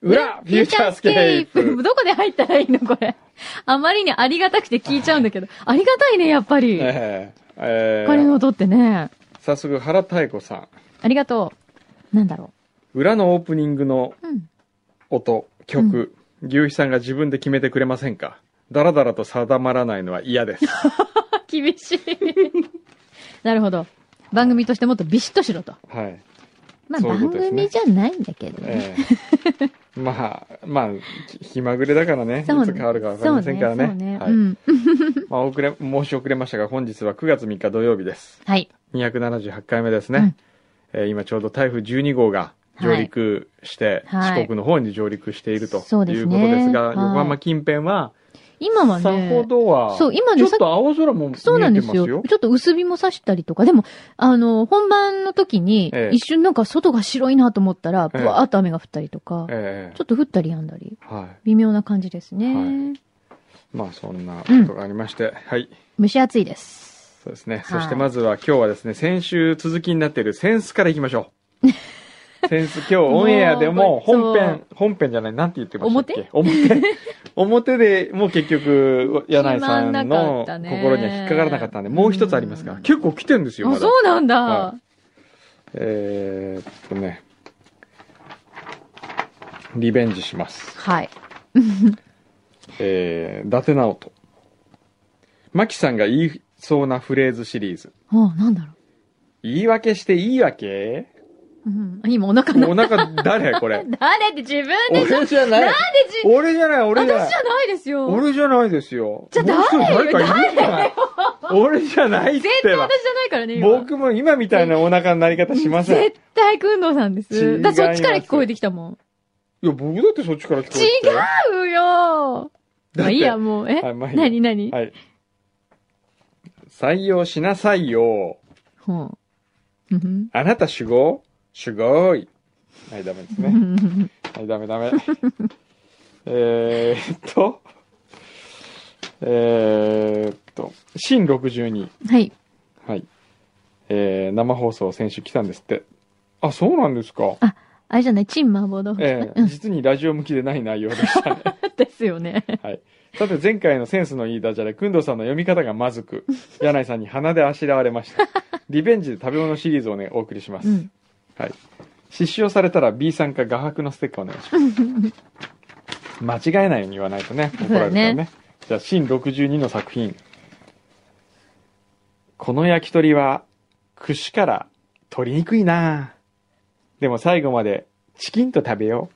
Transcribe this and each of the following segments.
裏フューチャースケープ。 どこで入ったらいいのこれ。あまりにありがたくて聞いちゃうんだけど。ありがたいね、やっぱり。彼の音ってね。 早速、原太子さん。 ありがとう。なんだろう。裏のオープニングの音、曲、牛肥さんが自分で決めてくれませんか？だらだらと定まらないのは嫌です。 厳しい。なるほど。番組としてもっとビシッとしろと。 はい。 まあ、番組じゃないんだけどね。 まあ、気まぐれだからね。いつ変わるかわかりませんからね。はい。まあ、申し遅れましたが、本日は9月3日土曜日です。 はい。 278回目ですね。今ちょうど台風12号が上陸して、四国の方に上陸しているということですが、横浜近辺は、 今はね、 さほどは、そう、今ね、ちょっと青空も見えてますよ。そうなんですよ。 ちょっと薄日も差したりとか、でも、本番の時に、一瞬なんか外が白いなと思ったら、ぶわーっと雨が降ったりとか、ちょっと降ったりやんだり、微妙な感じですね。 まあ、そんなことがありまして、はい。 蒸し暑いです。 そうですね。そしてまずは今日はですね、先週続きになっているセンスからいきましょう。今日オンエアでも本編じゃない、なんて言ってましたっけ？表でもう結局、柳井さんの心には引っかからなかったんで、もう一つありますから。結構来てるんですよ、まだ。 そうなんだ。 リベンジします。 はい。 伊達直人。マキさんが言いそうなフレーズシリーズ。 なんだろう。 言い訳していいわけ？ 今お腹誰これ。 誰って自分で俺じゃない。なんで俺じゃない、 私じゃないですよ。 俺じゃないですよ。 じゃあ誰かいるんじゃない？ 俺じゃないってば。 絶対私じゃないからね、 僕も今みたいなお腹のなり方しません。 絶対くんどうさんです。だそっちから聞こえてきたもん。 いや、僕だってそっちから聞こえてきた。 違うよ。まあいいや、もう。何はい。採用しなさいよ。あなた主語？すごい。はい、ダメですね。はい、ダメ。新62。 はい。 はい。生放送先週来たんですって。あ、そうなんですか。 あれじゃない、チン麻婆豆腐。 実にラジオ向きでない内容でしたね。 ですよね。 はい。さて、前回のセンスのいいダジャレ、くんどうさんの読み方がまずく、柳井さんに鼻であしらわれました。リベンジで食べ物シリーズをね、お送りします。はい。失笑されたら B さんか画伯のステッカーお願いします。間違えないように言わないとね、怒られるからね。じゃあ、新62の作品。この焼き鳥は、串から取りにくいな。でも最後までチキンと食べよ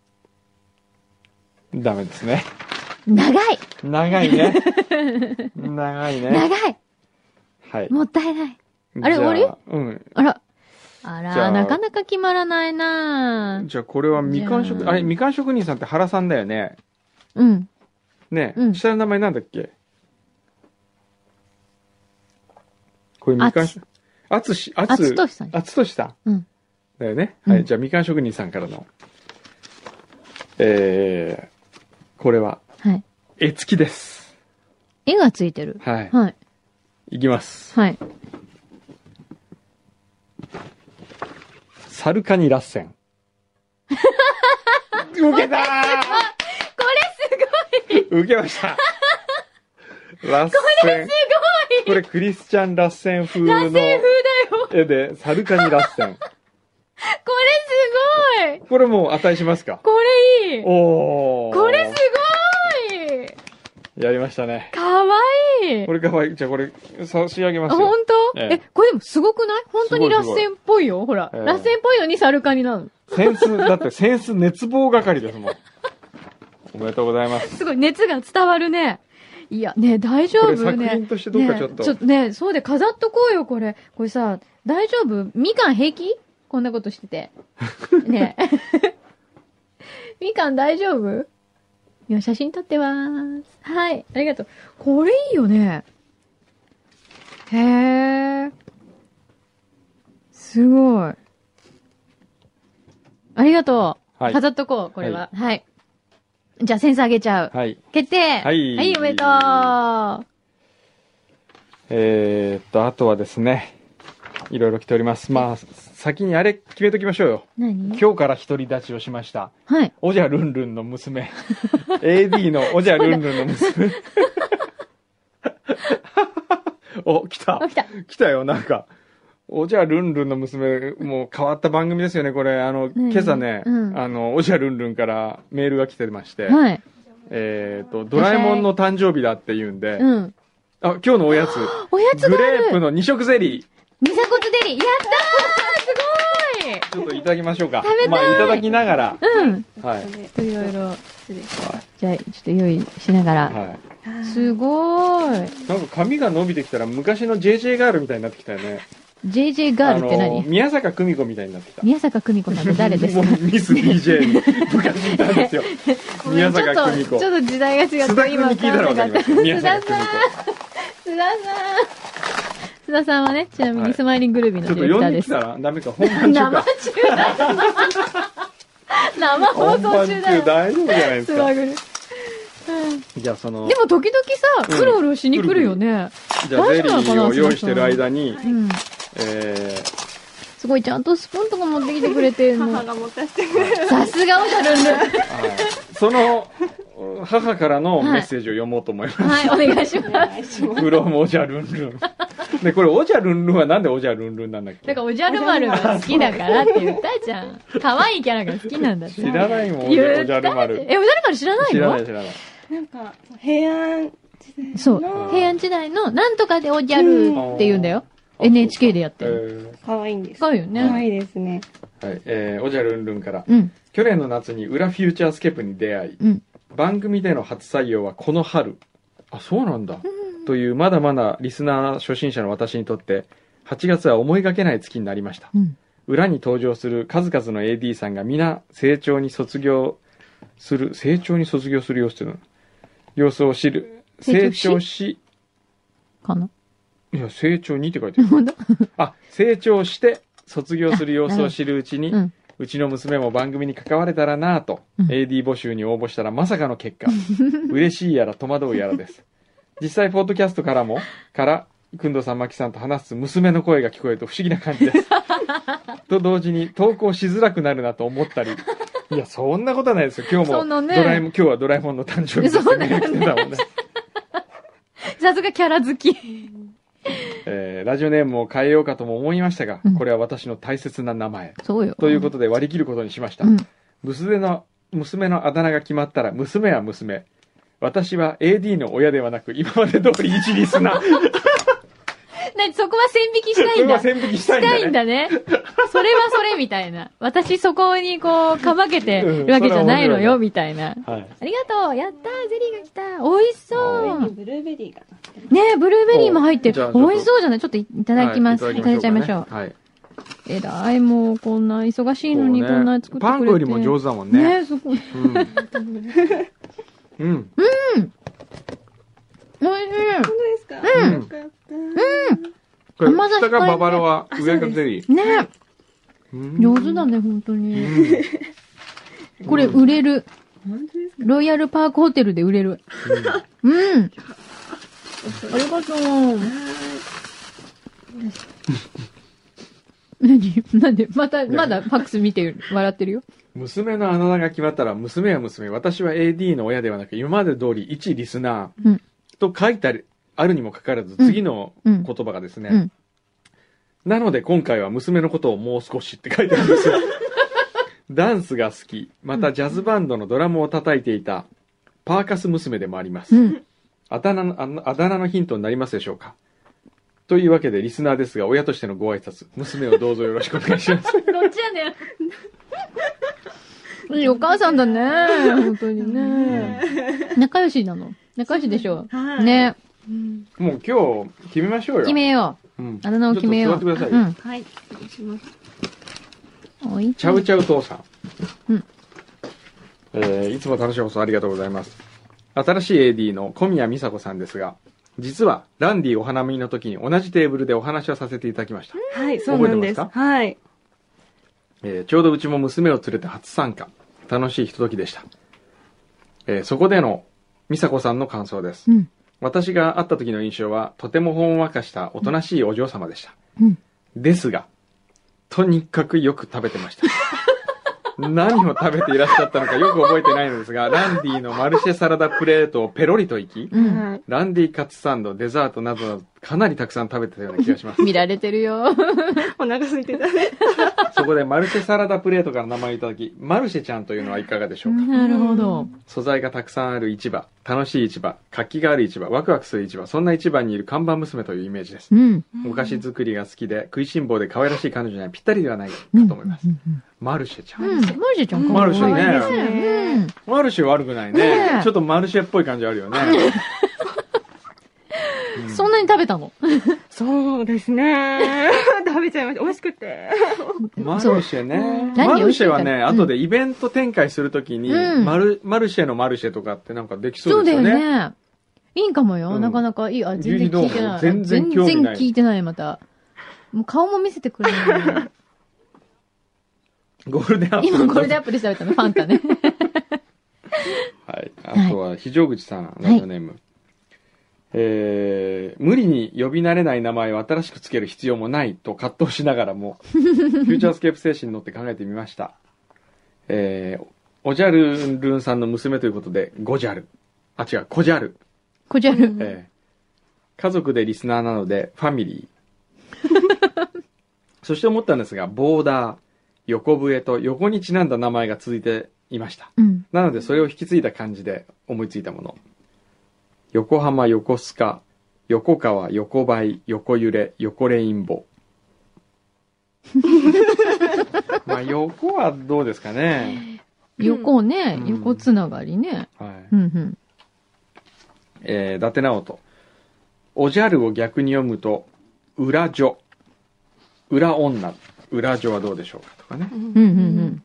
う。ダメですね。 長いね。長いね。 長い。 はい。 もったいない。あれ、終わり？あら、なかなか決まらないな。 じゃあこれはみかん職人さんって原さんだよね。ね、下の名前なんだっけ？これみかん、あつしさん。だよね。はい。じゃあみかん職人さんからの。これは。 はい。 絵付きです。 絵がついてる。 はい。 はい。 いきます。 はい。 サルカニラッセン。受けたー！ これすごい！ 受けました。ラッセン。 これすごい！ これクリスチャン・ラッセン風の絵で、サルカニラッセン。 これすごい！ これもう値しますか？ これいい！これすごい！ やりましたね。 かわいい！ これかわいい。じゃあこれ差し上げますよ。 ほんと？これでもすごくない？本当にラッセンっぽいよ。ほら。ラッセンっぽいのにサルカニなの。 だってセンス熱望係ですもん。おめでとうございます。 すごい、熱が伝わるね。いや、ね、大丈夫ね。 これ作品としてどうかちょっと。 ちょっとね、そうで飾っとこうよ、これ。これさ、大丈夫？みかん平気？こんなことしてて。ねみかん大丈夫？今写真撮ってまーす。はい、ありがとう。これいいよね。へー。すごい。ありがとう。飾っとこう、これは。はい。じゃあ、センスあげちゃう。 はい。 決定。はい、おめでとう。あとはですね、いろいろ来ております。まあ、 先にあれ決めときましょうよ。 何？ 今日から独り立ちをしました。 はい。 おじゃるんるんの娘。AD のおじゃるんるんの娘。お、来た。来たよ、なんか。おじゃるんるんの娘、もう変わった番組ですよね、これ。今朝ね、おじゃるんるんからメールが来てまして、 はい。 ドラえもんの誕生日だって言うんで、今日のおやつ。 おやつがある。 グレープの2色ゼリー。 みさこつデリー。やったー、すごい。 ちょっといただきましょうか。 食べたい。 まあ、いただきながら。 はい。いろいろ。じゃあ、ちょっと用意しながら。はい。すごーい。 なんか髪が伸びてきたら昔の JJ ガールみたいになってきたよね。 JJ ガールって何？ 宮坂久美子みたいになってきた。 宮坂久美子さんって誰ですか？ ミス DJ に昔いたんですよ。宮坂久美子。 ちょっと時代が違って須田君に聞いたらわかります。宮坂久美子。 須田さんはね、ちなみにスマイリングルービーのディレクターです。 ちょっと呼んできたらダメか、本番中か。 生放送中だよ。 本番中大丈夫じゃないですか。 じゃあでも時々さ、うろうろしに来るよね。 じゃあゼリーを用意してる間に、 すごいちゃんとスプーンとか持ってきてくれてるの。 母が持たせてくれる。 さすがおじゃるんる。 その母からのメッセージを読もうと思います。 はい、お願いします。 グロもおじゃるんるん。で、これおじゃるんるんはなんでおじゃるんるんなんだっけ？ だからおじゃる丸が好きだからって言ったじゃん。可愛いキャラが好きなんだって。 知らないもん、おじゃる丸。 おじゃる丸知らないの？ 知らない知らない。 なんか、平安時代の。 そう。平安時代のなんとかでおじゃるって言うんだよ。NHK でやってる。 可愛いんです。 可愛いよね。 可愛いですね。 はい。おじゃるんるんから。去年の夏に裏フューチャースケープに出会い、番組での初採用はこの春。あ、そうなんだ。というまだまだリスナー初心者の私にとって、8月は思いがけない月になりました。裏に登場する数々の AD さんが皆成長に卒業する様子というの。様子を知る。成長し。 かないや、成長にって書いてある。あ、成長して卒業する様子を知るうちに、うちの娘も番組に関われたらなぁと、AD 募集に応募したらまさかの結果、嬉しいやら戸惑うやらです。実際、ポッドキャストから、くんどさん、まきさんと話す娘の声が聞こえると不思議な感じです。と同時に投稿しづらくなるなと思ったり、いや、そんなことはないですよ。今日も、今日はドラえもんの誕生日ですね。来てたもんね。 さすがキャラ好き。 ラジオネームを変えようかとも思いましたが、これは私の大切な名前。 そうよ。 ということで割り切ることにしました。娘のあだ名が決まったら、娘は娘。私は AD の親ではなく、今まで通り一リスナー。 そこは線引きしたいんだ。 そこは線引きしたいんだね。 それはそれみたいな。私そこにこう、かまけてるわけじゃないのよ、みたいな。ありがとう。やったー、ゼリーが来た。美味しそう。 ブルーベリーが。 ねえ、ブルーベリーも入ってる。美味しそうじゃない？ちょっといただきます。いただいちゃいましょう。はい。えらい、もう、こんな忙しいのにこんな作ってくれて。 パン粉よりも上手だもんね。 ねえ、すごい。 美味しい。 本当ですか？ これ、下がババロア、上がゼリー。 ね上手だね、本当に。これ、売れる。ロイヤルパークホテルで売れる。ありがとう。なんでまだファックス見て笑ってるよ。 娘のあだ名が決まったら、娘は娘。私は AD の親ではなく、今まで通り一リスナー。と書いてあるにもかかわらず、次の言葉がですね、なので今回は娘のことをもう少しって書いてあるんですよ。ダンスが好き、またジャズバンドのドラムを叩いていたパーカス娘でもあります。あだ名のヒントになりますでしょうか？というわけでリスナーですが、親としてのご挨拶、娘をどうぞよろしくお願いします。 どっちやねん。いいお母さんだね。本当にね。仲良しなの。仲良しでしょ。ね。 もう今日決めましょうよ。 決めよう。あだ名を決めよう。 ちょっと座ってください。 はい。失礼します。 チャウチャウ父さん。いつも楽しい放送ありがとうございます。新しい AD の小宮美佐子さんですが、実はランディお花見の時に同じテーブルでお話をさせていただきました。 はい、そうなんです。 覚えてますか？ はい。 ちょうどうちも娘を連れて初参加。楽しいひとときでした。そこでの美佐子さんの感想です。私が会った時の印象は、とてもほんわかしたおとなしいお嬢様でした。ですが、 とにかくよく食べてました。何を食べていらっしゃったのかよく覚えてないのですが、ランディのマルシェサラダプレートをペロリといき、 うん。 はい。 ランディカツサンド、デザートなどなどかなりたくさん食べてたような気がします。 見られてるよ。 お腹空いてたね。 そこでマルシェサラダプレートから名前をいただき、マルシェちゃんというのはいかがでしょうか。 なるほど。 素材がたくさんある市場、楽しい市場、活気がある市場、ワクワクする市場、そんな市場にいる看板娘というイメージです。 うん。 お菓子作りが好きで、食いしん坊で可愛らしい彼女にはぴったりではないかと思います。マルシェちゃん。 うん。マルシェちゃんかマルシェね可愛いですね。 マルシェ悪くないね。 ねえちょっとマルシェっぽい感じあるよね。 うん。そんなに食べたの？ そうですね。食べちゃいました。美味しくて。 マルシェね。 何マルシェはね、 美味しいか後でイベント展開するときに、 うんマルシェのマルシェとかってなんかできそそううだですよね。 よね。いいんかもよ。 うんなかなかいい。あ、全然聞いてない。 全然興味ない全然聞いてない、また。もう顔も見せてくれない。 ゴールデンアップル。 今これでアップで調べたの、ファンタね。 はい。あとは、非常口さん、ラジオネーム。無理に呼び慣れない名前を新しくつける必要もないと葛藤しながらも、フューチャースケープ精神に乗って考えてみました。おじゃるるんさんの娘ということで、ゴジャル。あ、違う、コジャル。 こちら。 家族でリスナーなので、ファミリー。そして思ったんですが、ボーダー、横笛と横にちなんだ名前が続いていました。 うん。 なので、それを引き継いだ感じで思いついたもの。横浜、横須賀、横川、横ばい、横揺れ、横レインボー。まあ、横はどうですかね。 横ね、 うん横つながりね。 はい。 うん伊達直人。おじゃるを逆に読むと、裏女。裏女。裏女はどうでしょうかとかね。 うん。うん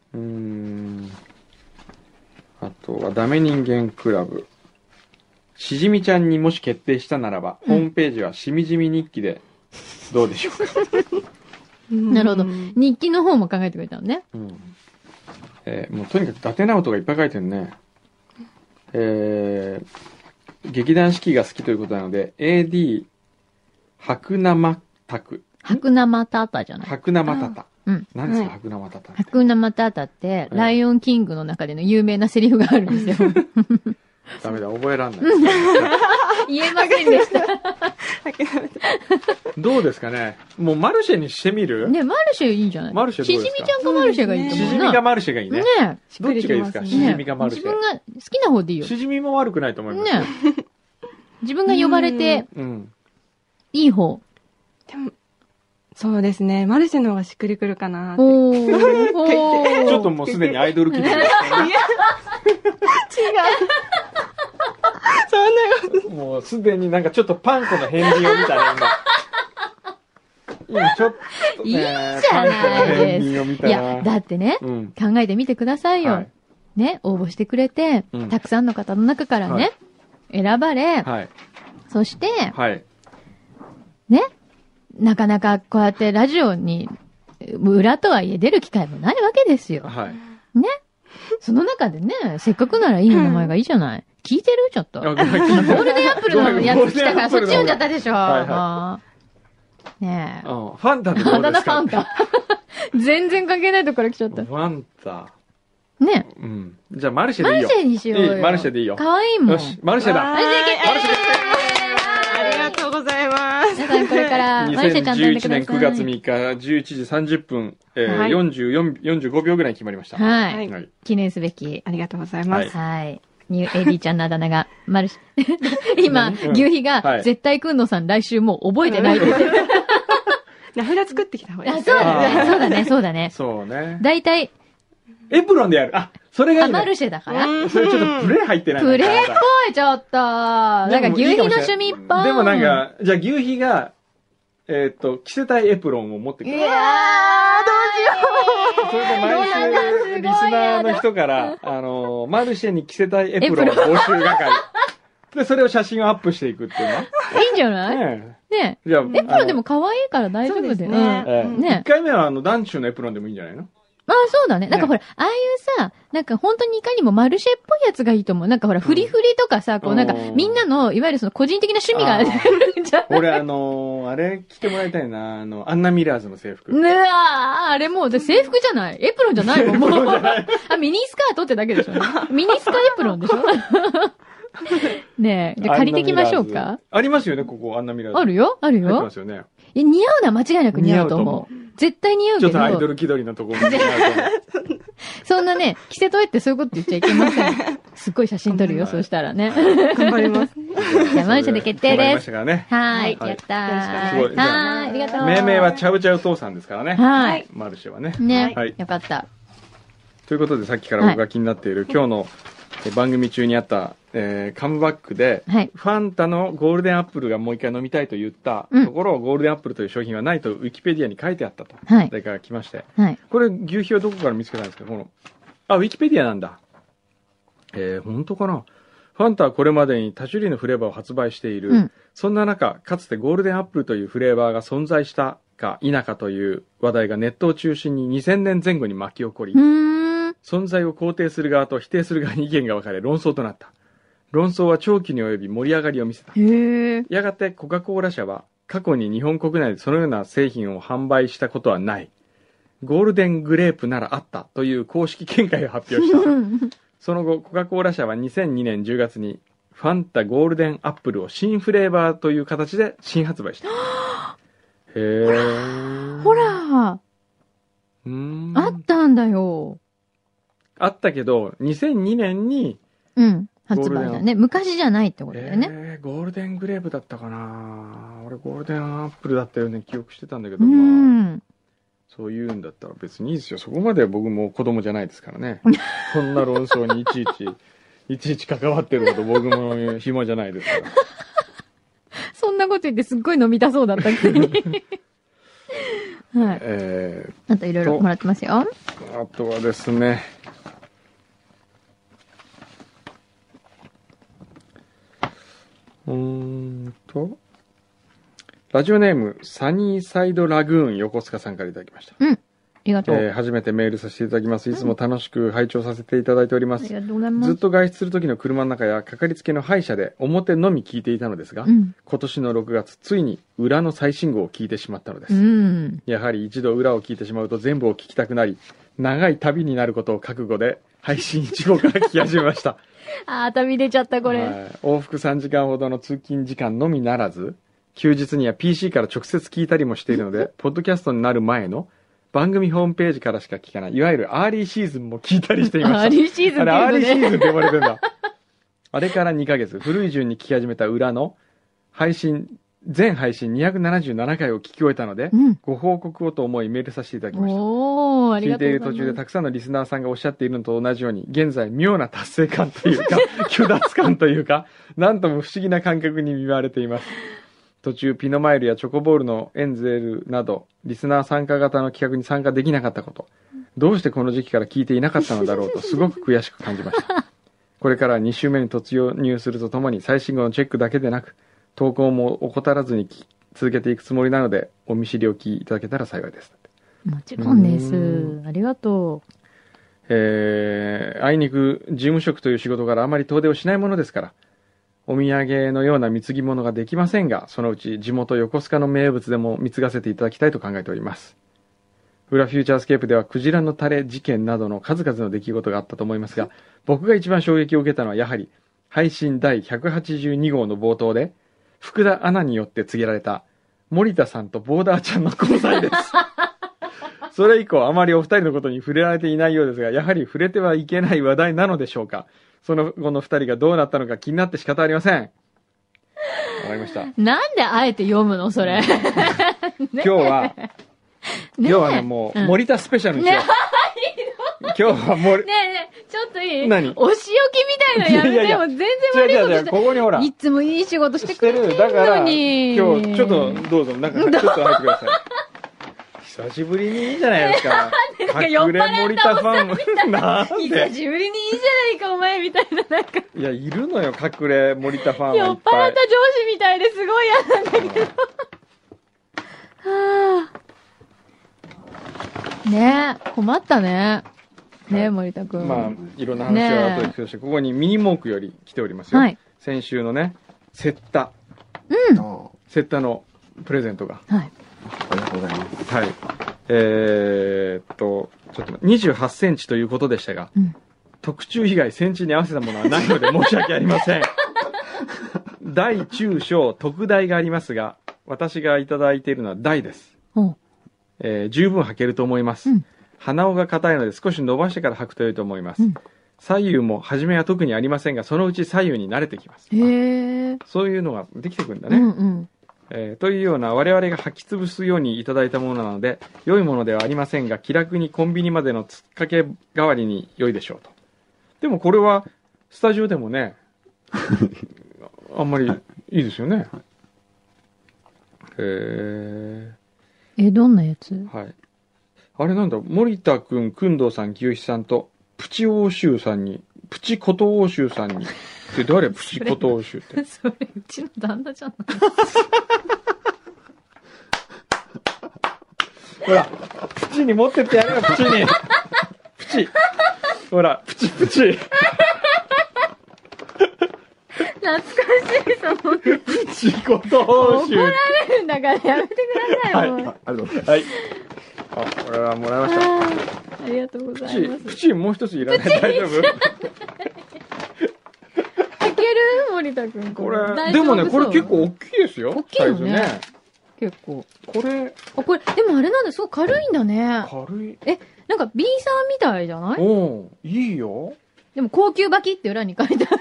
あとは、ダメ人間クラブ。しじみちゃんにもし決定したならば、ホームページはしみじみ日記でどうでしょうか。 なるほど日記の方も考えてくれたのね。 もうとにかく伊達直人がいっぱい書いてるね。劇団四季が好きということなので、AD、白生タク。 白生タタじゃない。 白生タタ。 うん。 何ですか、 はい白生タタって。 白生タタって、ライオンキングの中での有名なセリフがあるんですよ。 ダメだ、覚えらんない。 言えませんでした。 どうですかね。もうマルシェにしてみる、 ね、マルシェいいんじゃないマルシェどうですかしじみちゃんかマルシェがいいとし思うな。 じみがマルシェがいいね。 ねどっちがいいですか、 しっくりきますねしじみがマルシェ。 自分が好きな方でいいよ。 しじみも悪くないと思いますよ。 ね自分が呼ばれて、 うん。 いい方。 でも、そうですね。マルシェの方がしっくりくるかなって。 おー。 ちょっともうすでにアイドル気分ですからね。 そんなこと。 もうすでになんかちょっとパン粉の片鱗を見たね、今。今ちょっとね、 いいじゃないですパン粉の片鱗を見たな。 いや、だってね、 うん。 考えてみてくださいよ。 はいね、応募してくれて、 うんたくさんの方の中からね、選ばれ、 はい。 そして、 はい。 ね、なかなかこうやってラジオに、裏とはいえ出る機会もないわけですよ。 はい。 ね。その中でね、せっかくならいい名前がいいじゃない。聞いてるちょっと。ゴあごめん聞いてールデンアップルのやつ来たから、そっち読んじゃったでしょ。 はいもうねえ。 ファンタってどあだ名うですかファンタ。全然関係ないとこから来ちゃった。 ファンタ。 ねうん。じゃあマルシェでいいよ。 マルシェにしようよ。 いいマルシェでいいよ。 かわいいもん。 よし、マルシェだ。 マルシェマルシェ決定ありがとうございます。 皆さんこれから、マルシェちゃんと呼んでく 2011 ださい。 年9月3日11時30分、 はい 45秒ぐらいに決まりました。 はい。 はいはい。 記念すべき。 ありがとうございます。 はい。ニュー AD ちゃんのあだ名が、マルシェ。今、 うん牛皮が、 はい絶対くんのさん来週もう覚えてないって言ってる。 名札作ってきた方がいいあ、 ですそうだあーね。そうだね。そうだね。 そうね。 だいたい、 エプロンでやる。あ、それがいあ、 いね。 マルシェだから。 それちょっとプレー入ってないなプレーっぽい、ちょっと。なんか牛皮の趣味っぽい。 でもなん、か、じゃあ牛皮が、着せたいエプロンを持ってくる。 いやー、どうしよう。 それで毎週、リスナーの人から、マルシェに着せたいエプロン募集係。で、それを写真をアップしていくっていういいんじゃなの。 いねねえ。じゃあ、 エプロンでも可愛いから大丈夫だよ。 そうですねね 1回目は団中のエプロンでもいいんじゃないのまあそうだね。なんかほら、ああいうさ、なんか本当にいかにもマルシェっぽいやつがいいと思う。なんかほら、フリフリとかさ、こうなんかみんなの、いわゆるその個人的な趣味があるじゃん。 俺あれ着てもらいたいな。アンナミラーズの制服。 うわー、あれもう、制服じゃない。エプロンじゃないもん、もう。あ、ミニスカートってだけでしょ。ミニスカエプロンでしょ。ねえ、じゃあ借りてきましょうか。 ありますよね、ここ、アンナミラーズ。 あるよ、ある入ってまよ。 すよね。 似合うのは間違いなく似合うと思う。絶対似合うけど。 ちょっとアイドル気取りのところも似合うと思う。 そんなね、着せといてそういうこと言っちゃいけません。すっごい写真撮るよ、そうしたらね。 頑張ります。 じゃあ、マルシェで決定決まりです。 ましたからね。 はい、 はいやったー。 すごいはーい、ありがとう。 命名はチャウチャウ父さんですからね。 はい。 マルシェはね。 ね、 はいよかった。 ということで、さっきから僕が気になっている、今日の番組中にあった、カムバックで、 はいファンタのゴールデンアップルがもう一回飲みたいと言ったうんところ、ゴールデンアップルという商品はないとウィキペディアに書いてあったと。 はい誰かが来まして。 はい。 これ、牛皮はどこから見つけたんですか？この、ウィキペディアなんだ。本当かな？ファンタはこれまでに多種類のフレーバーを発売している。 うん。 そんな中、かつてゴールデンアップルというフレーバーが存在したか否かという話題がネットを中心に2000年前後に巻き起こり、存在を肯定する側と否定する側に意見が分かれ論争となった。論争は長期に及び盛り上がりを見せた。 へー。 やがてコカ・コーラ社は過去に日本国内でそのような製品を販売したことはない。ゴールデングレープならあったという公式見解を発表した。その後、コカ・コーラ社は2002年10月にファンタゴールデンアップルを新フレーバーという形で新発売した。へー。 ほら、あったんだよ。 あったけど、2002年に、 うん。発売だね。昔じゃないってことだよね。 ゴールデングレープだったかな。俺ゴールデンアップルだったよね、記憶してたんだけど、そういうんだったら別にいいですよ。そこまで僕も子供じゃないですからね。こんな論争にいちいち関わってること僕も暇じゃないですから。 そんなこと言ってすっごい飲みたそうだったくせに。はい。あといろいろもらってますよ。 あとはですね、ラジオネームサニーサイドラグーン横須賀さんからいただきました。 うん。ありがとう。 初めてメールさせていただきます。いつも楽しく拝聴させていただいております。 ありがとうございます。 ずっと外出する時の車の中やかかりつけの歯医者で表のみ聞いていたのですが、今年の6月ついに裏の最新号を聞いてしまったのです。やはり一度裏を聞いてしまうと全部を聞きたくなり、長い旅になることを覚悟で配信1号から聞き始めました。 旅出ちゃったこれ、 往復3時間ほどの通勤時間のみならず、休日には PC から直接聞いたりもしているので、ポッドキャストになる前の番組ホームページからしか聞かない、いわゆるアーリーシーズンも聞いたりしていました。 アーリーシーズンってアーリーシーズンって呼ばれてるんだ。あれから2ヶ月、古い順に聞き始めた裏の全配信277回を聞き終えたので、ご報告をと思いメールさせていただきました。聞いている途中でたくさんのリスナーさんがおっしゃっているのと同じように、現在妙な達成感というか、虚脱感というか、なんとも不思議な感覚に見舞われています。途中ピノマイルやチョコボールのエンゼルなどリスナー参加型の企画に参加できなかったこと、どうしてこの時期から聞いていなかったのだろうとすごく悔しく感じました。これから2週目に突入するとともに最新号のチェックだけでなく投稿も怠らずに続けていくつもりなので、お見知りおきいただけたら幸いです。 もちろんです。ありがとう。あいにく事務職という仕事からあまり遠出をしないものですから、お土産のような貢ぎ物ができませんが、そのうち地元横須賀の名物でも貢がせていただきたいと考えております。裏フューチャースケープではクジラのタレ事件などの数々の出来事があったと思いますが、僕が一番衝撃を受けたのはやはり配信第182号の冒頭で福田アナによって告げられた森田さんとボーダーちゃんの交際です。それ以降あまりお二人のことに触れられていないようですが、やはり触れてはいけない話題なのでしょうか。その後の二人がどうなったのか気になって仕方ありません。わかりました。 なんであえて読むのそれ。 今日はね、もう、森田スペシャルにしよう。今日はねえ、ちょっといい？ 何？ お仕置きみたいのやめても全然悪いことして。 ここにほら。 いつもいい仕事してくれてるのに。 だから、今日、ちょっと、どうぞ、なんか、ちょっと入ってください。久しぶりにいいじゃないですか。隠れ森田ファンも。なんで久しぶりにいいじゃないか、お前みたいな、なんか。 いや、いるのよ、隠れ森田ファンは。 酔っ払った上司みたいですごい嫌なんだけど。はぁ。 ねえ、困ったね。ねえ、森田くん。 まあ、いろんな話は後で聞くとして、ここにミニモークより来ておりますよ。 はい。 先週のね、セッタ。 うん。 セッタのプレゼントが。 はい。 ありがとうございます。 はい。ちょっと28センチということでしたが、 うん。 特注以外センチに合わせたものはないので申し訳ありません。大中小特大がありますが、私がいただいているのは大です。 おう。 十分履けると思います。 うん。 鼻緒が硬いので少し伸ばしてから履くと良いと思います。 うん。 左右も初めは特にありませんが、そのうち左右に慣れてきます。 へえ。 そういうのができてくるんだね。 うんうん。 というような我々が履き潰すようにいただいたものなので、良いものではありませんが、気楽にコンビニまでのつっかけ代わりに良いでしょうと。でもこれは、スタジオでもね、あんまりいいですよね。 どんなやつ？ はい。あれなんだ、森田くん、くんどうさん、きよしさんと、プチ欧州さんに、プチコト欧州さんに、で、誰プチコト欧州って。 それ、うちの旦那じゃない。 ほら、プチに持ってってやるよ、プチに。プチ。ほら、プチプチ。 懐かしい、そのね。 プチコト欧州。 怒られるんだからやめてください、もう。 ありがとうございます。 はい。あ、これはもらいました。 ありがとうござプチいます。、 プチもう一ついらない。大丈夫？ 開ける？森田くん。 これ、 大丈夫でもね、 そうこれ結構大きいですよ。 大きいよねサイズね。 結構。 これ、 あ、これ、でもあれなんだ、すごい軽いんだね。 軽い。 なんか B さんみたいじゃない？ おういいよ。 でも高級履きって裏に書いてある。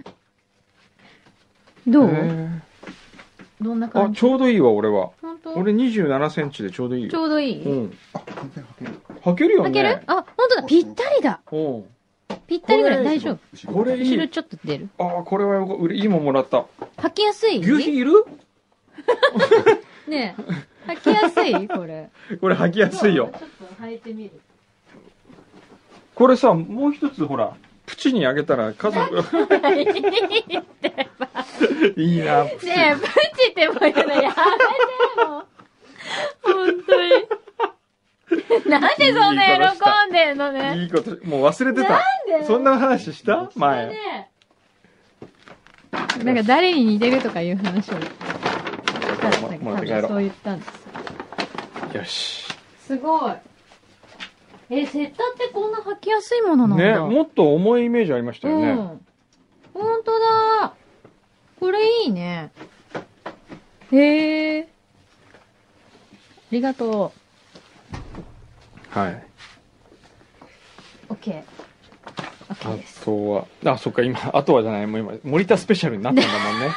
どう？どんなあ、 感じ？ ちょうどいいわ、俺は。 本当？ 俺27センチでちょうどいいよ。 ちょうどいい？ うん。 あ、全然履ける。 履けるよね。 履ける？あ、本当だ、ぴったりだ。 うん。 ぴったりぐらいこれ大丈夫。 これいい。 後ろちょっと出る。 ああ、これはよいいもんもらった。 履きやすい？ 牛皮いる？ ねえ。履きやすい？これ。 これ履きやすいよ。 ちょっと履いてみる。 これさ、もう一つほら、プチにあげたら家族。 いいってば。 いいな、プチ。 ねえ、プチってもう言うのやめてもう。本当に。なんでそんな喜んでんのね。 いいこと、もう忘れてた。 なんでそんな話した前。 ねなんか誰に似てるとかいう話を。 もらって帰ろうそう言ったんですよ。 よし。 すごい。セッタってこんな履きやすいものなんだ。 ね、もっと重いイメージありましたよね。 うん。ほんとだ。これいいね。へえ。ありがとはい。 う。オッケー。オッケーあです。 とは、あ、そっか、今、あとはじゃない、もう今、森田スペシャルになったんだもんね。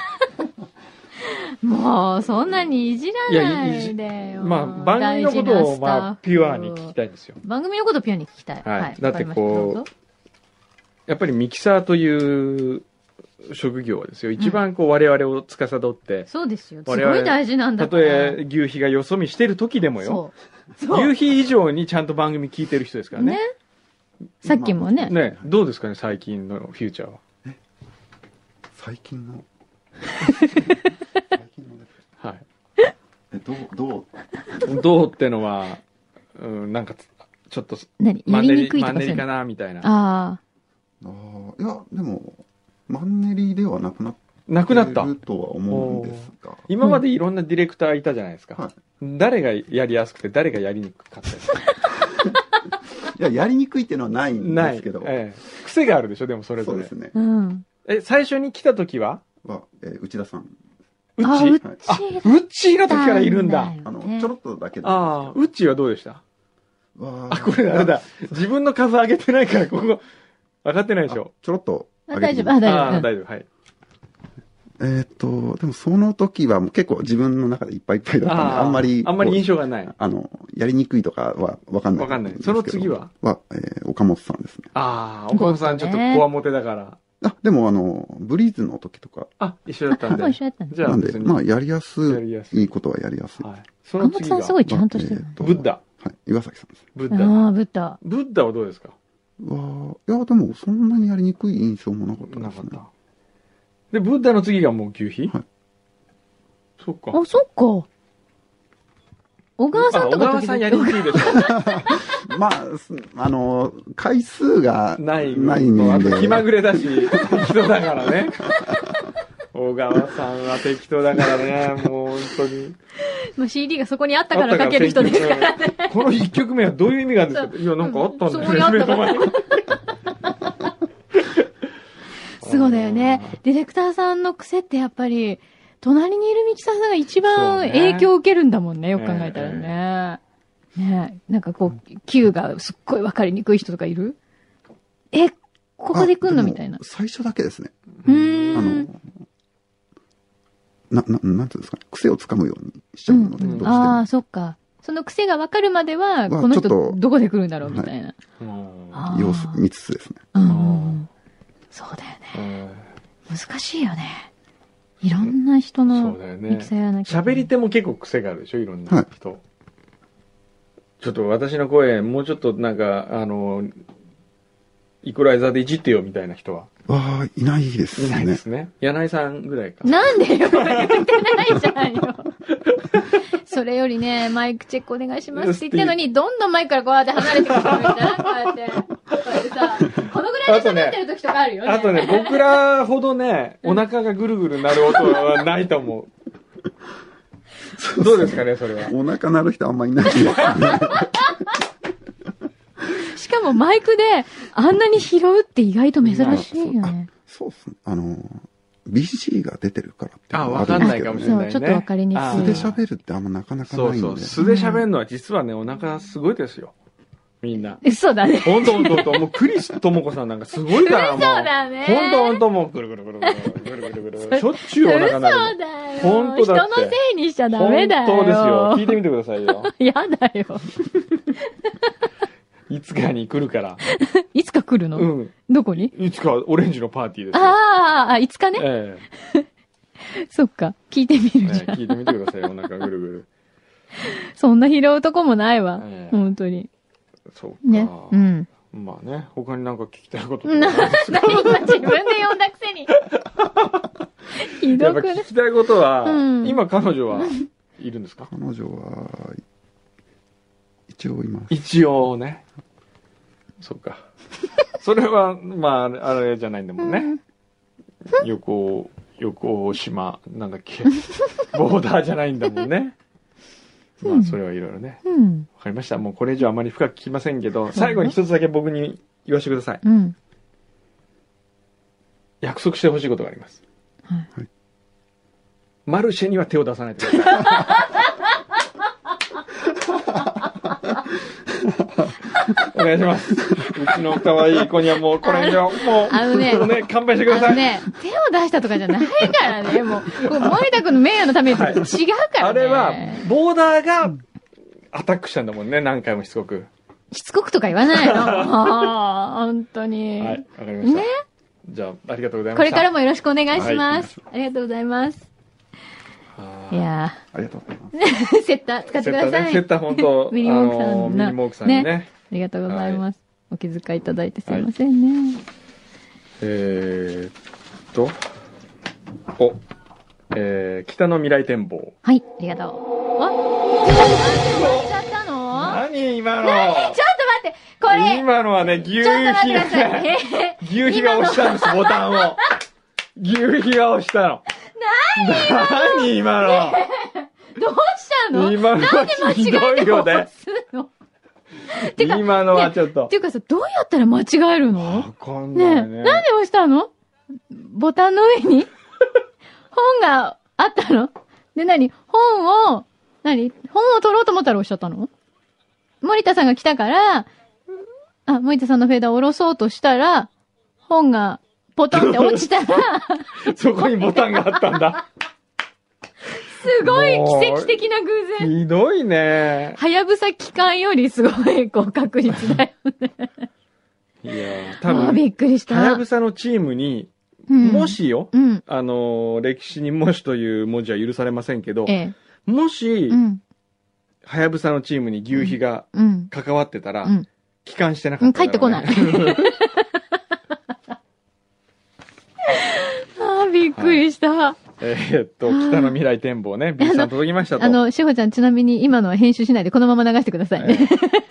もう、そんなにいじらないでよ。 まあ、番組のことを、まあ、ピュアに聞きたいですよ。 番組のことをピュアに聞きたい。 はいだってわかりましたこうどうぞやっぱりミキサーという職業はですよ、一番こう、我々を司って、 そうですよ。す我々 ごい大事なんだたとから。 え牛皮がよそ見してる時でもよ、 そう。そう。 牛皮以上にちゃんと番組聞いてる人ですからね。 ね。さっきもね。 ね、どうですかね、最近のフューチャーは。 最近の。最近のですか？ はい。 どうどうってのは、なんか、ちょっと、 何やりにくいとかそういうの。 マンネリかな、みたいな。 あああ、いや、でも、マンネリではなくなってなくなった。 るとは思うんですが。 今までいろんなディレクターいたじゃないですか。 はい誰がやりやすくて、誰がやりにくかったですか？ いや、やりにくいっていうのはないんない。 ですけど。 癖があるでしょ、でもそれぞれ。 そうですね。 あ。うん。 最初に来た時は内田さん。 うっちあ、うっちあ、うっちーの時からいるんだ。 ちょろっとだけで。 ああ、うっちーはどうでしたわあ、これあれだ。自分の数上げてないから、ここ、分かってないでしょ。 ちょろっとあ大丈夫。あ、大丈夫。 大丈夫。はい。 でもその時はもう結構自分の中でいっぱいいっぱいだったんで、あんまり印象がない。 やりにくいとかはわかんない。 わかんない。その次は岡本さんですね。 ああ、岡本さんちょっとこわもてだから。 でもブリーズの時とか。 一緒だったんで。 そう、一緒だったんで。 じゃあ、 なんで、まあ、やりやすいことはやりやすい。 はい。その次が。 岡本さんすごいちゃんとしてる。 ブッダ。 はい。岩崎さんです。 ブッダ。 ああ、ブッダ。 ブッダはどうですか？ いや、でもそんなにやりにくい印象もなかったですね。 なかった。で、ブッダの次がもう牛皮？ はい。 そっか。 あ、そっか。 小川さんとか小川さんやりにくいでしょ。 まあ、回数がないんあとで。 気まぐれだし、適当だからね。小川さんは適当だからね、もう本当に。 まあ CD がそこにあったからかける人ですからね。 この1曲目はどういう意味があるんですか？いや、なんかあったんだよね。 そこにあったから。そうだよね。ディレクターさんの癖ってやっぱり、隣にいるミキサーさんが一番影響を受けるんだもんね、よく考えたらね。ねえ、なんかこう、Q がすっごいわかりにくい人とかいる？ここで来んのみたいな。 最初だけですね。 なんていうんですかね。癖をつかむようにしちゃうので、どうしても。 ああ、そっか。その癖がわかるまでは、この人どこで来るんだろうみたいな。 様子見つつですね。 そうだよね。難しいよね。いろんな人のミキサーやらなきゃ。 喋り手も結構癖があるでしょ、いろんな人。ちょっと私の声、もうちょっとなんか、イコライザーでいじってよみたいな人は。 いないですね。 いないですね。柳井さんぐらいか。 なんでよ、言ってないじゃんよ。それよりね、マイクチェックお願いしますって言ったのに、どんどんマイクからこうやって離れてくるんじゃないこうやって。こうやってさ、このぐらいで喋ってる時とかあるよね。 あとね、僕らほどね、お腹がぐるぐるなる音はないと思う。どうですかね、それは。 お腹鳴る人あんまりいないですね。 しかもマイクであんなに拾うって意外と珍しいよね。 そうですね。BG が出てるからってわかんないかもしれないね。 そう、ちょっとわかりにくい。 素で喋るってあんまなかなかないので。 そう素で喋るのは実はね、お腹すごいですよ。みんな。 そうだね。 ほんと。もうクリス智子さんなんかすごいからもう。 そうだね。 ほんともうぐるぐるぐるぐる。しょっちゅうお腹鳴る。 そうだよ。 ほんとだって。 人のせいにしちゃダメだよ。 本当ですよ。聞いてみてくださいよ。 やだよ。 いつかに来るから。 いつか来るの？どこに？ いつかオレンジのパーティーですよ。 いつかね。そっか。聞いてみるじゃん。 聞いてみてくださいよ、お腹ぐるぐる。 そんな拾うとこもないわ。本当に。 そうか。 ね。 まあね、他になんか聞きたいこと今自分で呼んだくせに。ひどくね。 やっぱ聞きたいことは、今彼女はいるんですか？ 彼女は、一応います。 一応ね。そうか。それは、まあ、あれじゃないんだもんね。横島、なんだっけ。ボーダーじゃないんだもんね。まあ、それはいろいろね。わかりました。もうこれ以上あまり深く聞きませんけど、最後に一つだけ僕に言わせてください。約束してほしいことがあります。マルシェには手を出さないでください。お願いします。うちの可愛い子にはもうこれ以上、もう、ね、乾杯してください。 手を出したとかじゃないからね、もう、森田君の名誉のために違うからね。 あれは、ボーダーがアタックしたんだもんね、何回もしつこく。 しつこくとか言わないの本当に。 はい、わかりました。ね。じゃあ、ありがとうございました。 これからもよろしくお願いします。ありがとうございます。いやありがとうございます。 セッター使ってください。 セッター本当、 ミニモークさんミニモークさんにね。 ありがとうございます。お気遣いいただいてすいませんね。 北の未来展望。 はい、ありがとう。終わっちゃったの？ 何今の？ ちょっと待って、これ。 今のはね、牛皮が押したんです、ボタンを。牛皮が押したの。何今の？ どうしたの？ 今のはひどいよね。今のはちょっと。 っていうかさ、どうやったら間違えるの？ わかんないね。 なんで押したの？ボタンの上に本があったの？で、本を取ろうと思ったら押しちゃったの？森田さんが来たから、森田さんのフェーダーを下ろそうとしたら、本がポトンって落ちたら、 そこにボタンがあったんだ。 すごい奇跡的な偶然。 ひどいね。 はやぶさ機関よりすごい確率だよね。 いや多分、 びっくりした。 はやぶさのチームに、もしよ、歴史にもしという文字は許されませんけど、もし、はやぶさのチームに牛皮が関わってたら、帰還してなかった、 帰ってこない。びっくりした。 北の未来展望ね、B さん届きましたと。 しほちゃん、ちなみに今のは編集しないでこのまま流してくださいね。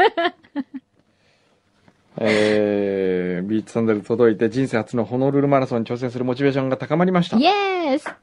ビーチサンダル届いて、人生初のホノルルマラソンに挑戦するモチベーションが高まりました。 イエース。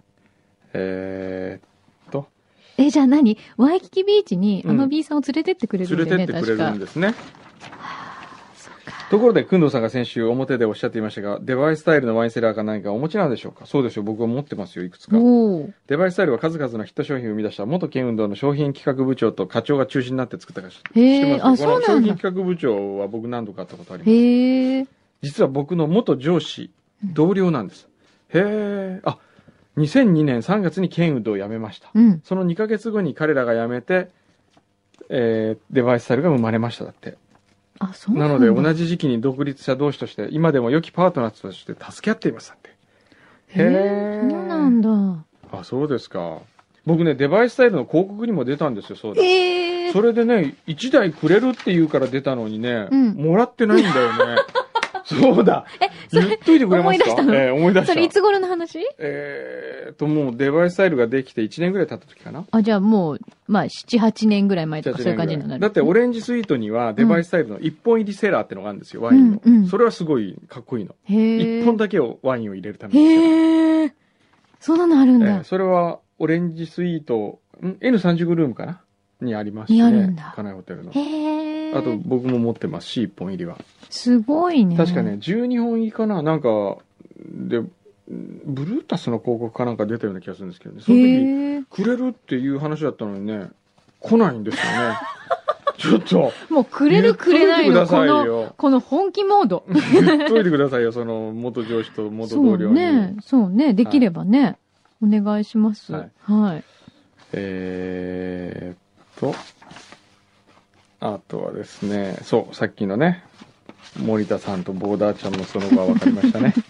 じゃあ何？ワイキキビーチにB さんを連れてってくれるんだよね、 連れてってくれるんですね。ところで、くんどうさんが先週表でおっしゃっていましたが、デバイスタイルのワインセラーか何かお持ちなんでしょうか？そうですよ、僕は持ってますよ、いくつか。デバイスタイルは数々のヒット商品を生み出した元県運動の商品企画部長と課長が中心になって作った会社。 へー、あ、そうなんだ。 この商品企画部長は僕何度か会ったことあります。へー。実は僕の元上司、同僚なんです。へー。あ、2002年3月に県運動を辞めました。その2ヶ月後に彼らが辞めて、デバイスタイルが生まれましただって。 あ、そうなので同じ時期に独立者同士として今でも良きパートナーとして助け合っていますだって。 へえ。そうなんだ。 あ、そうですか。僕ね、デバイスタイルの広告にも出たんですよ、そうだ。それでね、1台くれるって言うから出たのにね、もらってないんだよね。そうだ。言っといてくれますか？思い出した。 それいつ頃の話？ もうデバイスタイルができて1年ぐらい経った時かな。 あ、じゃあもう、まあ、7、8年ぐらい前とかそういう感じになる。 だってオレンジスイートにはデバイスタイルの1本入りセラーってのがあるんですよ、ワインの。それはすごいかっこいいの。1本だけをワインを入れるために。 へー。そんなのあるんだ。 それはオレンジスイート、N35 ルームかなにありますしね。 にあるんだ。 金井ホテルの。 へー。 あと僕も持ってますし、1本入りは。 すごいね。 確かね、12本入りかななんか、で、ブルータスの広告かなんか出たような気がするんですけどね。その時、くれるっていう話だったのにね、来ないんですよね。ちょっと。 もうくれるくれないの、この本気モード。 言っといてくださいよ、その元上司と元同僚に。 そうね、できればね、お願いします。はい。 あとはですね、そう、さっきのね、森田さんとボーダーちゃんのその場は分かりましたね。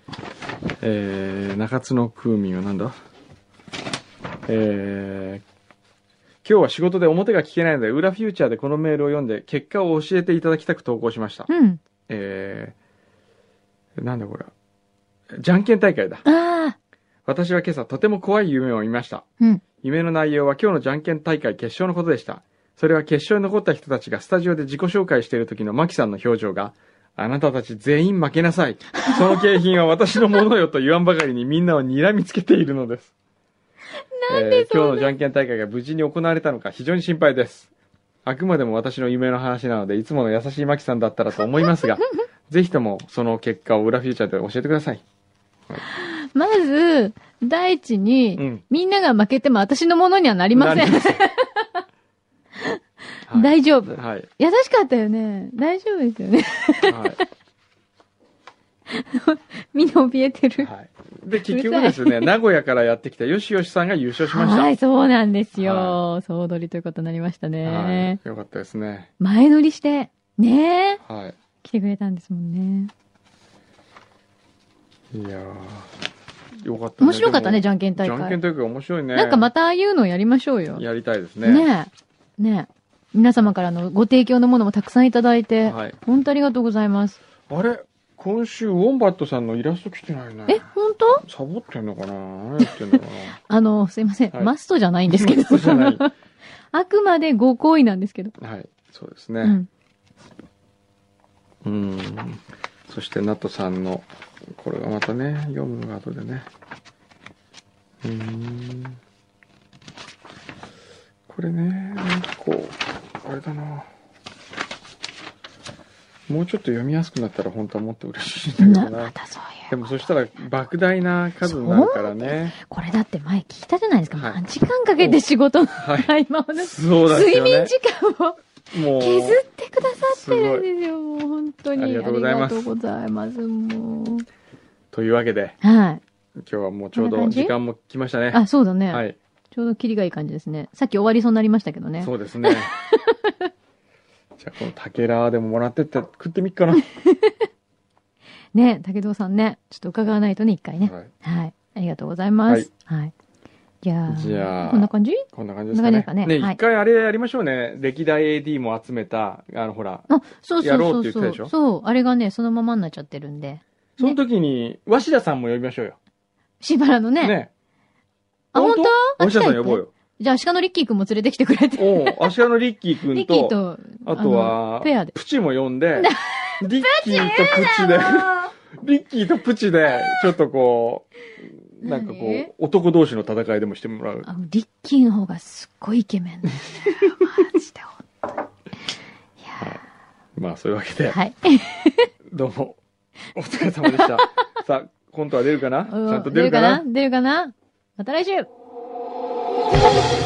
中津の空民はなんだ？今日は仕事で表が聞けないので、裏フューチャーでこのメールを読んで、結果を教えていただきたく投稿しました。なんだこれ。じゃんけん大会だ。私は今朝とても怖い夢を見ました。夢の内容は今日のじゃんけん大会決勝のことでした。それは決勝に残った人たちがスタジオで自己紹介している時のマキさんの表情が、あなたたち全員負けなさい。その景品は私のものよと言わんばかりにみんなを睨みつけているのです。今日のじゃんけん大会が無事に行われたのか非常に心配です。あくまでも私の夢の話なので、いつもの優しいマキさんだったらと思いますが、ぜひともその結果を裏フューチャーで教えてください。 まず、第一に、みんなが負けても私のものにはなりません。大丈夫。はい。優しかったよね。大丈夫ですよね。はい。みんな怯えてる。はい。 で、結局ですね、名古屋からやってきたよしよしさんが優勝しました。 はい、そうなんですよ。総取りということになりましたね。 はい。よかったですね。 前乗りして、ねえ。はい。 来てくれたんですもんね。 いやー。よかったね。 面白かったね、じゃんけん大会。 じゃんけん大会面白いね。 なんかまたああいうのやりましょうよ。 やりたいですね。 ねえ。ねえ。皆様からのご提供のものもたくさんいただいて、はい、本当ありがとうございます。 あれ今週、ウォンバットさんのイラスト来てないね。 本当？ サボってんのかな何やってんのかなすいません、はい。マストじゃないんですけど。マストじゃない。あくまでご好意なんですけど。 はい、そうですね。そして、ナトさんの、これがまたね、読むのが後でね。これね、なんかこう、あれだな。もうちょっと読みやすくなったら本当はもっと嬉しいんだけどな。でもそしたら莫大な数になるからね。 これだって前聞いたじゃないですか。何時間かけて仕事の合間をね。睡眠時間を削ってくださってるんですよ。もう本当に。ありがとうございます。ありがとうございます。もう。 というわけで、 はい。 今日はもうちょうど時間も来ましたね。 あ、そうだね。 はい。 ちょうどキリがいい感じですね。さっき終わりそうになりましたけどね。 そうですね。じゃあこの竹ラーでももらってって食ってみっかな。 ね、竹堂さんね、ちょっと伺わないとね、一回ね。はい。ありがとうございます。はい。じゃあ、こんな感じ？ こんな感じですかね。ね、一回あれやりましょうね。歴代 AD も集めた、ほら。 そうやろうって言ってたでしょ？ そう、あれがね、そのままになっちゃってるんで。 その時に、鷲田さんも呼びましょうよ。 しばらのね。 ね。 あ、本当？ お医者さん呼ぼうよ。 じゃあ、鹿のリッキーくんも連れてきてくれて。 おう、アシカのリッキーくんリッキーと、 と、 あとは、 ペアで。 プチも呼んで、リッキーとプチで、リッキーとプチで、ちょっとこう、なんかこ何う、男同士の戦いでもしてもらう。 リッキーの方がすっごいイケメンだよね。マジで、ほんとに。いやまあ、そういうわけで、 はい。 どうも、お疲れ様でした。さあ、コントは出るかなちゃんと出るかな出るかなまた来週